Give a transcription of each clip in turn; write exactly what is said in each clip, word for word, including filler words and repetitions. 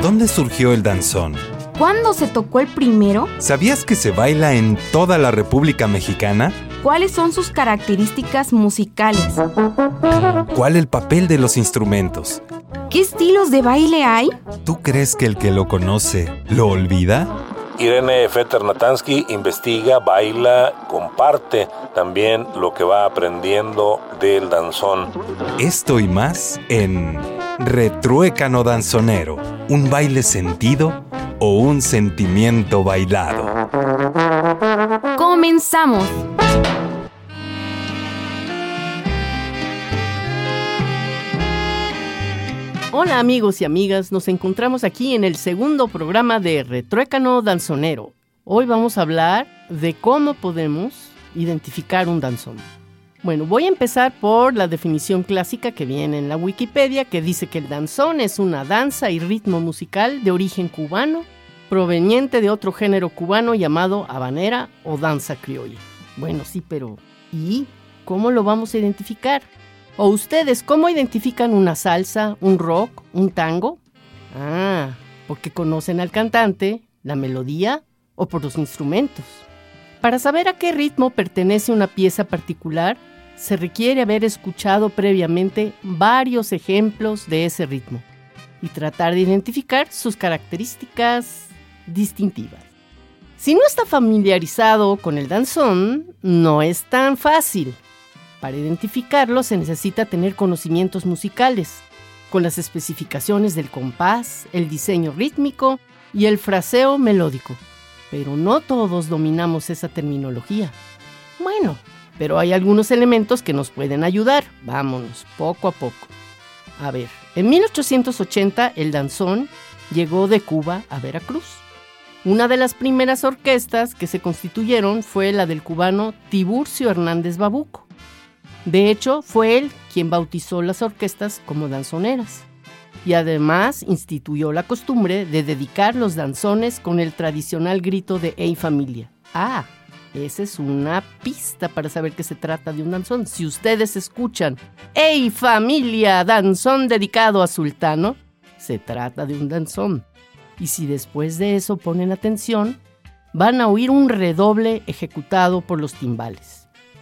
¿Dónde surgió el danzón? ¿Cuándo se tocó el primero? ¿Sabías que se baila en toda la República Mexicana? ¿Cuáles son sus características musicales? ¿Cuál el papel de los instrumentos? ¿Qué estilos de baile hay? ¿Tú crees que el que lo conoce lo olvida? Irene Fetter-Natansky investiga, baila, comparte también lo que va aprendiendo del danzón. Esto y más en Retruécano Danzonero, un baile sentido o un sentimiento bailado. ¡Comenzamos! Hola amigos y amigas, nos encontramos aquí en el segundo programa de Retruécano Danzonero. Hoy vamos a hablar de cómo podemos identificar un danzón. Bueno, voy a empezar por la definición clásica que viene en la Wikipedia, que dice que el danzón es una danza y ritmo musical de origen cubano, proveniente de otro género cubano llamado habanera o danza criolla. Bueno, sí, pero ¿y cómo lo vamos a identificar? ¿O ustedes cómo identifican una salsa, un rock, un tango? Ah, porque conocen al cantante, la melodía o por los instrumentos. Para saber a qué ritmo pertenece una pieza particular, se requiere haber escuchado previamente varios ejemplos de ese ritmo y tratar de identificar sus características distintivas. Si no está familiarizado con el danzón, no es tan fácil. Para identificarlo se necesita tener conocimientos musicales, con las especificaciones del compás, el diseño rítmico y el fraseo melódico. Pero no todos dominamos esa terminología. Bueno, pero hay algunos elementos que nos pueden ayudar. Vámonos, poco a poco. A ver, en mil ochocientos ochenta el danzón llegó de Cuba a Veracruz. Una de las primeras orquestas que se constituyeron fue la del cubano Tiburcio Hernández Babuco. De hecho, fue él quien bautizó las orquestas como danzoneras y además instituyó la costumbre de dedicar los danzones con el tradicional grito de ¡Ey familia! Ah, esa es una pista para saber que se trata de un danzón. Si ustedes escuchan ¡Ey familia! Danzón dedicado a Sultano, se trata de un danzón. Y si después de eso ponen atención, van a oír un redoble ejecutado por los timbales,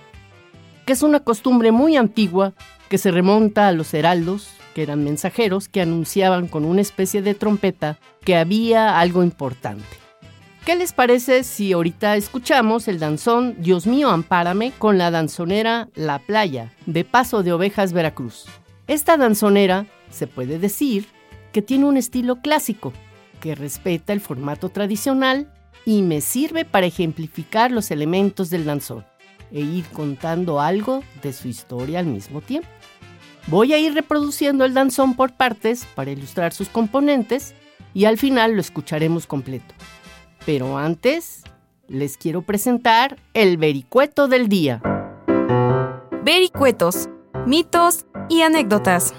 que es una costumbre muy antigua que se remonta a los heraldos, que eran mensajeros que anunciaban con una especie de trompeta que había algo importante. ¿Qué les parece si ahorita escuchamos el danzón Dios mío ampárame con la danzonera La Playa, de Paso de Ovejas, Veracruz? Esta danzonera se puede decir que tiene un estilo clásico, que respeta el formato tradicional y me sirve para ejemplificar los elementos del danzón e ir contando algo de su historia al mismo tiempo. Voy a ir reproduciendo el danzón por partes para ilustrar sus componentes y al final lo escucharemos completo. Pero antes, les quiero presentar el vericueto del día. Vericuetos, mitos y anécdotas.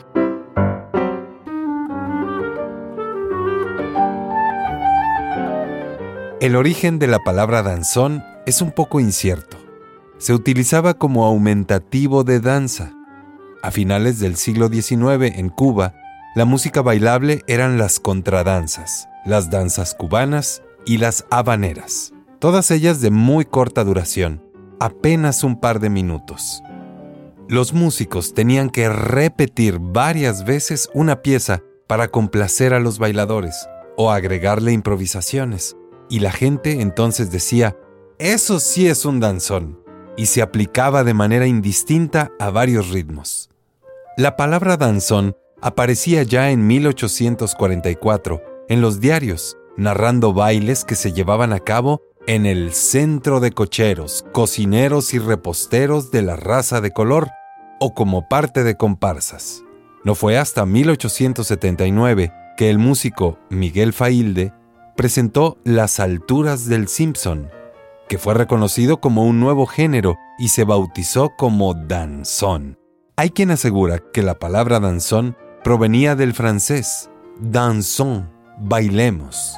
El origen de la palabra danzón es un poco incierto. Se utilizaba como aumentativo de danza. A finales del siglo diecinueve, en Cuba, la música bailable eran las contradanzas, las danzas cubanas y las habaneras, todas ellas de muy corta duración, apenas un par de minutos. Los músicos tenían que repetir varias veces una pieza para complacer a los bailadores o agregarle improvisaciones, y la gente entonces decía, «Eso sí es un danzón», y se aplicaba de manera indistinta a varios ritmos. La palabra danzón aparecía ya en mil ochocientos cuarenta y cuatro en los diarios, narrando bailes que se llevaban a cabo en el centro de cocheros, cocineros y reposteros de la raza de color, o como parte de comparsas. No fue hasta mil ochocientos setenta y nueve que el músico Miguel Failde presentó Las Alturas del Simpson, que fue reconocido como un nuevo género y se bautizó como danzón. Hay quien asegura que la palabra danzón provenía del francés dansons, bailemos.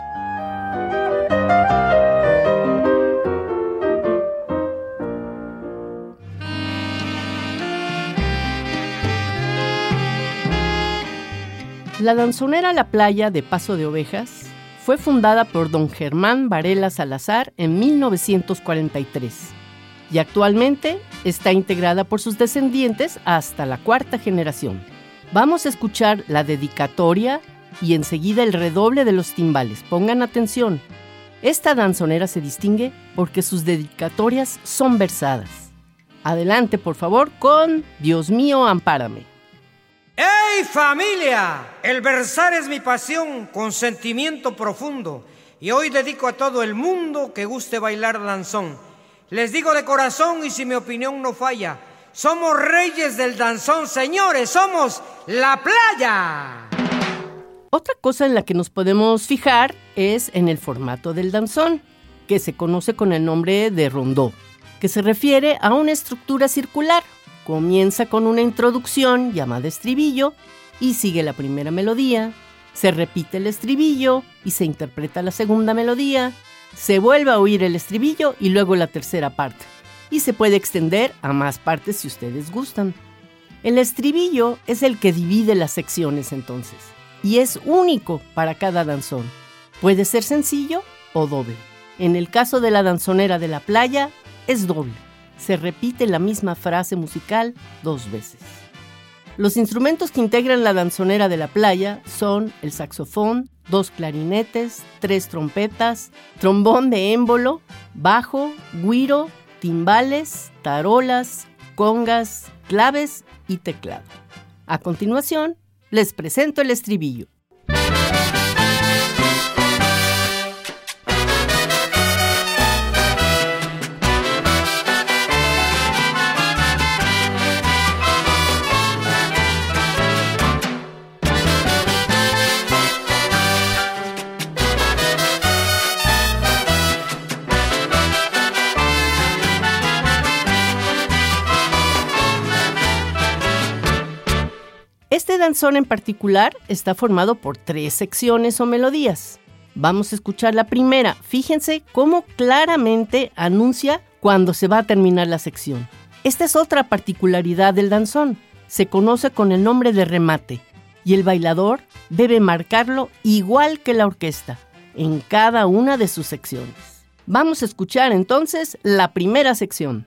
La danzonera La Playa de Paso de Ovejas fue fundada por don Germán Varela Salazar en mil novecientos cuarenta y tres y actualmente está integrada por sus descendientes hasta la cuarta generación. Vamos a escuchar la dedicatoria y enseguida el redoble de los timbales. Pongan atención. Esta danzonera se distingue porque sus dedicatorias son versadas. Adelante, por favor, con Dios mío, ampárame. ¡Ey, familia! El versar es mi pasión con sentimiento profundo y hoy dedico a todo el mundo que guste bailar danzón. Les digo de corazón y si mi opinión no falla, somos reyes del danzón, señores, somos La Playa. Otra cosa en la que nos podemos fijar es en el formato del danzón, que se conoce con el nombre de rondó, que se refiere a una estructura circular. Comienza con una introducción llamada estribillo y sigue la primera melodía, se repite el estribillo y se interpreta la segunda melodía, se vuelve a oír el estribillo y luego la tercera parte, y se puede extender a más partes si ustedes gustan. El estribillo es el que divide las secciones entonces, y es único para cada danzón. Puede ser sencillo o doble. En el caso de la danzonera de La Playa, es doble. Se repite la misma frase musical dos veces. Los instrumentos que integran la danzonera de La Playa son el saxofón, dos clarinetes, tres trompetas, trombón de émbolo, bajo, güiro, timbales, tarolas, congas, claves y teclado. A continuación, les presento el estribillo. Este danzón en particular está formado por tres secciones o melodías. Vamos a escuchar la primera. Fíjense cómo claramente anuncia cuando se va a terminar la sección. Esta es otra particularidad del danzón. Se conoce con el nombre de remate y el bailador debe marcarlo igual que la orquesta en cada una de sus secciones. Vamos a escuchar entonces la primera sección.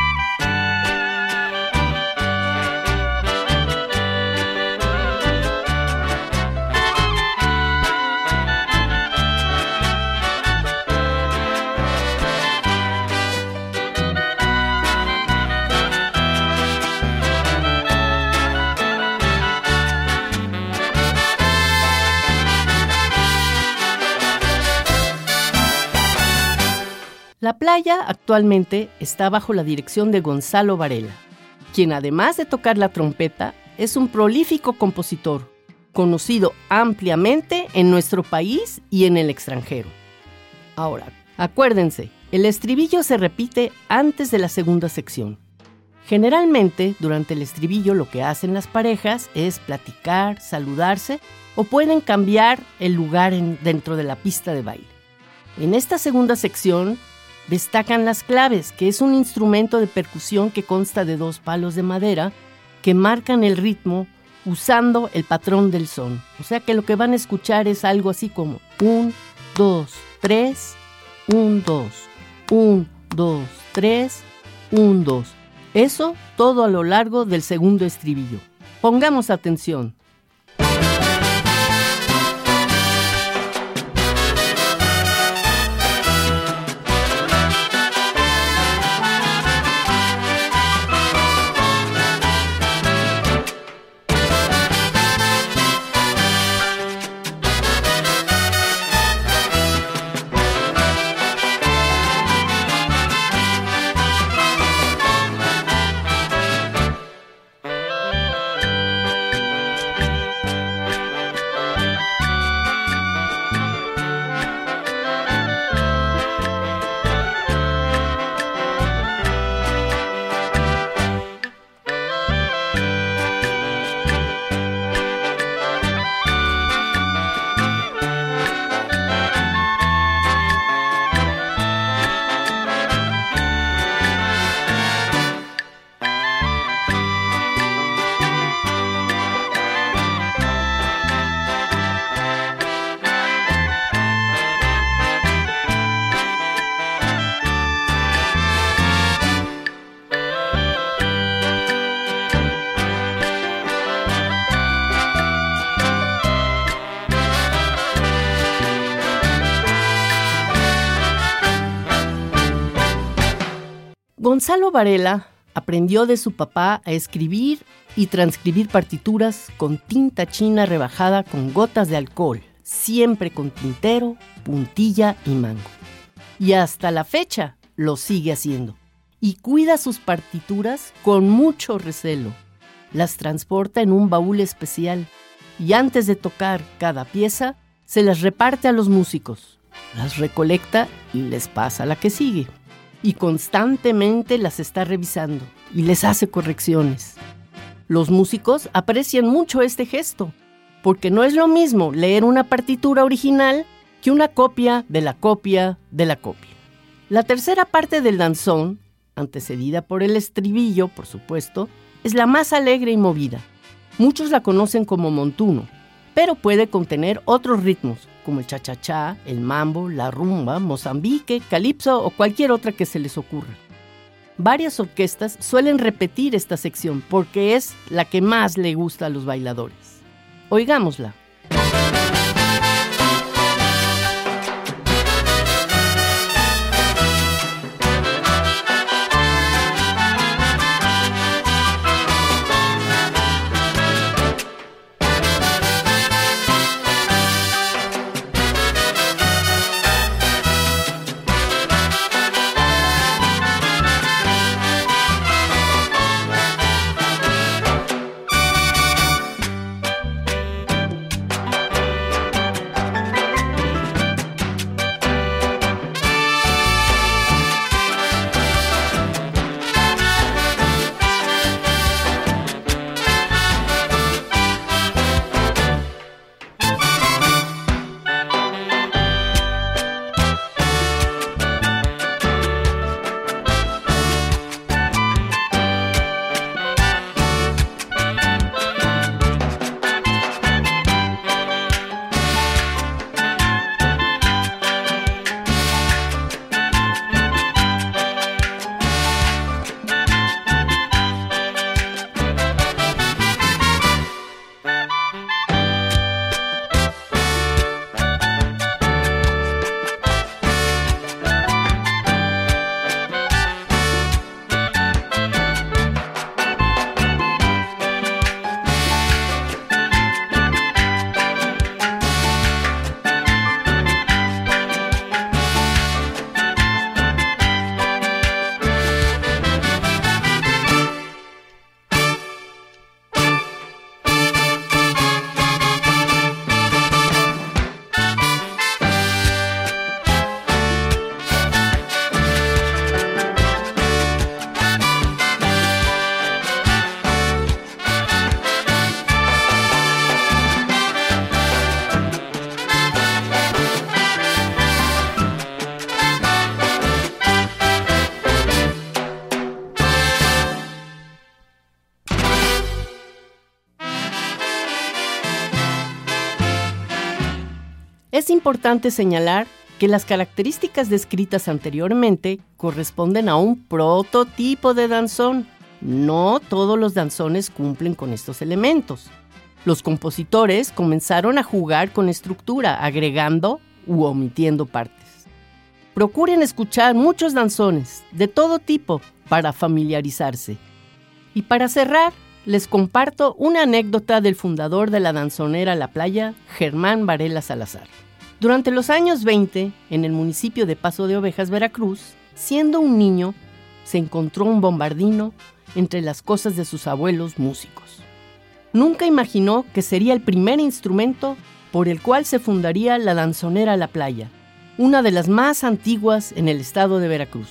La Playa actualmente está bajo la dirección de Gonzalo Varela, quien además de tocar la trompeta, es un prolífico compositor, conocido ampliamente en nuestro país y en el extranjero. Ahora, acuérdense, el estribillo se repite antes de la segunda sección. Generalmente, durante el estribillo lo que hacen las parejas es platicar, saludarse o pueden cambiar el lugar en, dentro de la pista de baile. En esta segunda sección, destacan las claves, que es un instrumento de percusión que consta de dos palos de madera que marcan el ritmo usando el patrón del son. O sea que lo que van a escuchar es algo así como un, dos, tres, un, dos, un, dos, tres, un, dos. Eso todo a lo largo del segundo estribillo. Pongamos atención. Gonzalo Varela aprendió de su papá a escribir y transcribir partituras con tinta china rebajada con gotas de alcohol, siempre con tintero, puntilla y mango. Y hasta la fecha lo sigue haciendo. Y cuida sus partituras con mucho recelo. Las transporta en un baúl especial y antes de tocar cada pieza, se las reparte a los músicos, las recolecta y les pasa la que sigue. Y constantemente las está revisando y les hace correcciones. Los músicos aprecian mucho este gesto, porque no es lo mismo leer una partitura original que una copia de la copia de la copia. La tercera parte del danzón, antecedida por el estribillo, por supuesto, es la más alegre y movida. Muchos la conocen como montuno, pero puede contener otros ritmos, como el cha-cha-cha, el mambo, la rumba, mozambique, calipso o cualquier otra que se les ocurra. Varias orquestas suelen repetir esta sección porque es la que más le gusta a los bailadores. Oigámosla. Es importante señalar que las características descritas anteriormente corresponden a un prototipo de danzón. No todos los danzones cumplen con estos elementos. Los compositores comenzaron a jugar con estructura, agregando u omitiendo partes. Procuren escuchar muchos danzones de todo tipo para familiarizarse. Y para cerrar, les comparto una anécdota del fundador de la danzonera La Playa, Germán Varela Salazar. Durante los años veinte, en el municipio de Paso de Ovejas, Veracruz, siendo un niño, se encontró un bombardino entre las cosas de sus abuelos músicos. Nunca imaginó que sería el primer instrumento por el cual se fundaría la danzonera La Playa, una de las más antiguas en el estado de Veracruz.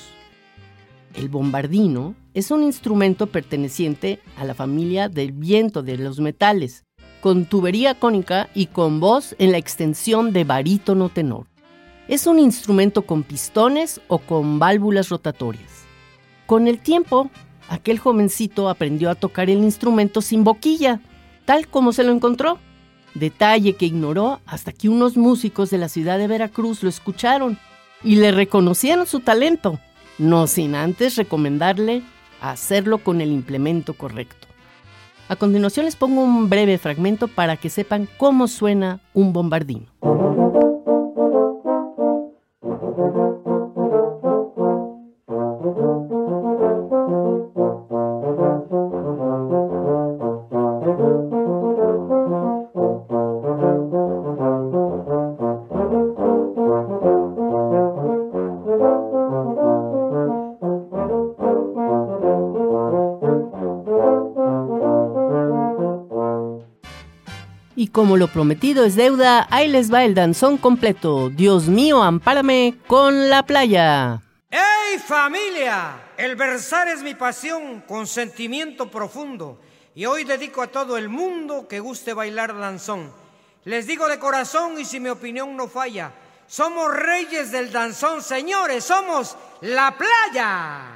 El bombardino es un instrumento perteneciente a la familia del viento de los metales, con tubería cónica y con voz en la extensión de barítono tenor. Es un instrumento con pistones o con válvulas rotatorias. Con el tiempo, aquel jovencito aprendió a tocar el instrumento sin boquilla, tal como se lo encontró. Detalle que ignoró hasta que unos músicos de la ciudad de Veracruz lo escucharon y le reconocieron su talento, no sin antes recomendarle hacerlo con el implemento correcto. A continuación les pongo un breve fragmento para que sepan cómo suena un bombardino. como lo prometido es deuda, ahí les va el danzón completo. Dios mío, ampárame con la playa. ¡Hey familia! El versar es mi pasión con sentimiento profundo y hoy dedico a todo el mundo que guste bailar danzón. Les digo de corazón y si mi opinión no falla, somos reyes del danzón, señores, somos la playa.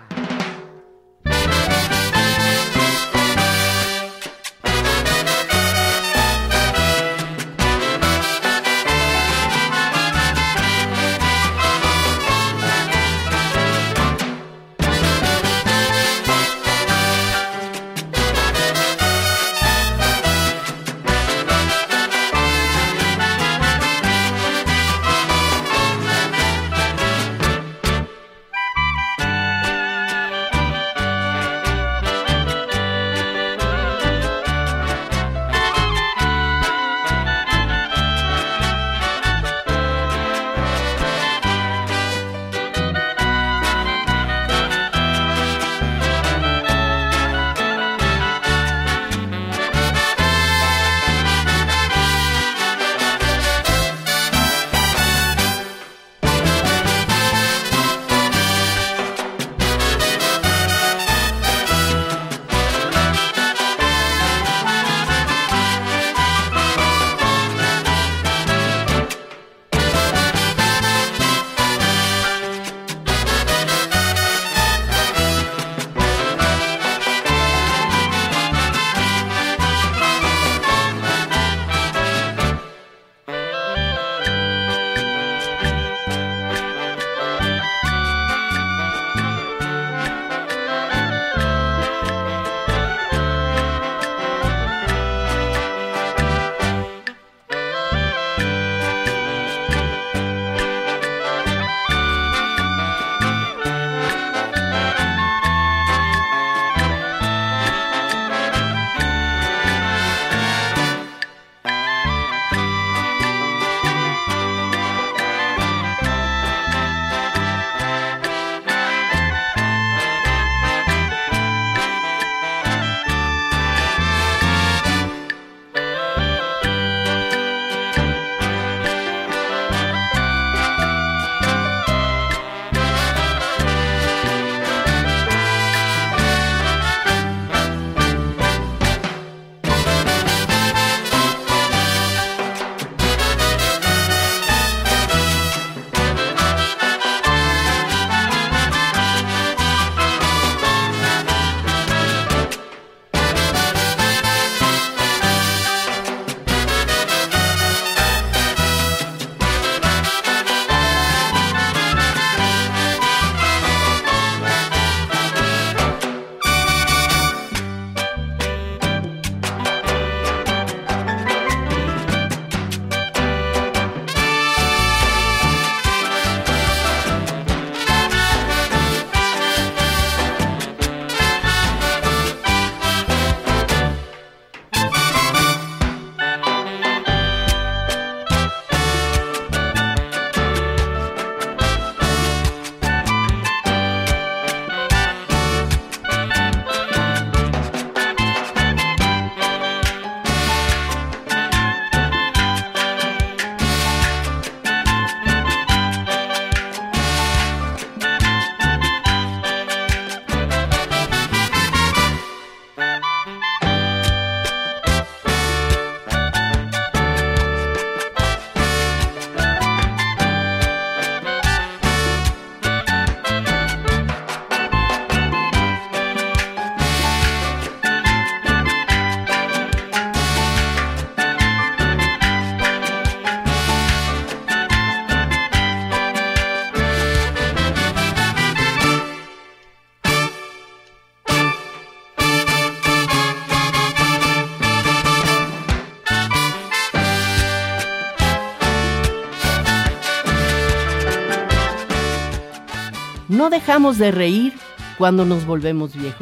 No dejamos de reír cuando nos volvemos viejos,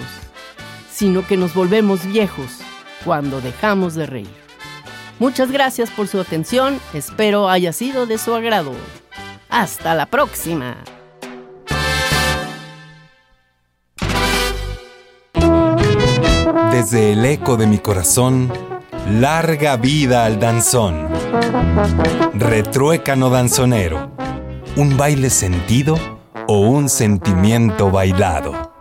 sino que nos volvemos viejos cuando dejamos de reír. Muchas gracias por su atención, espero haya sido de su agrado. ¡Hasta la próxima! Desde el eco de mi corazón, Larga vida al danzón. Retruécano danzonero. ¿Un baile sentido o un sentimiento bailado?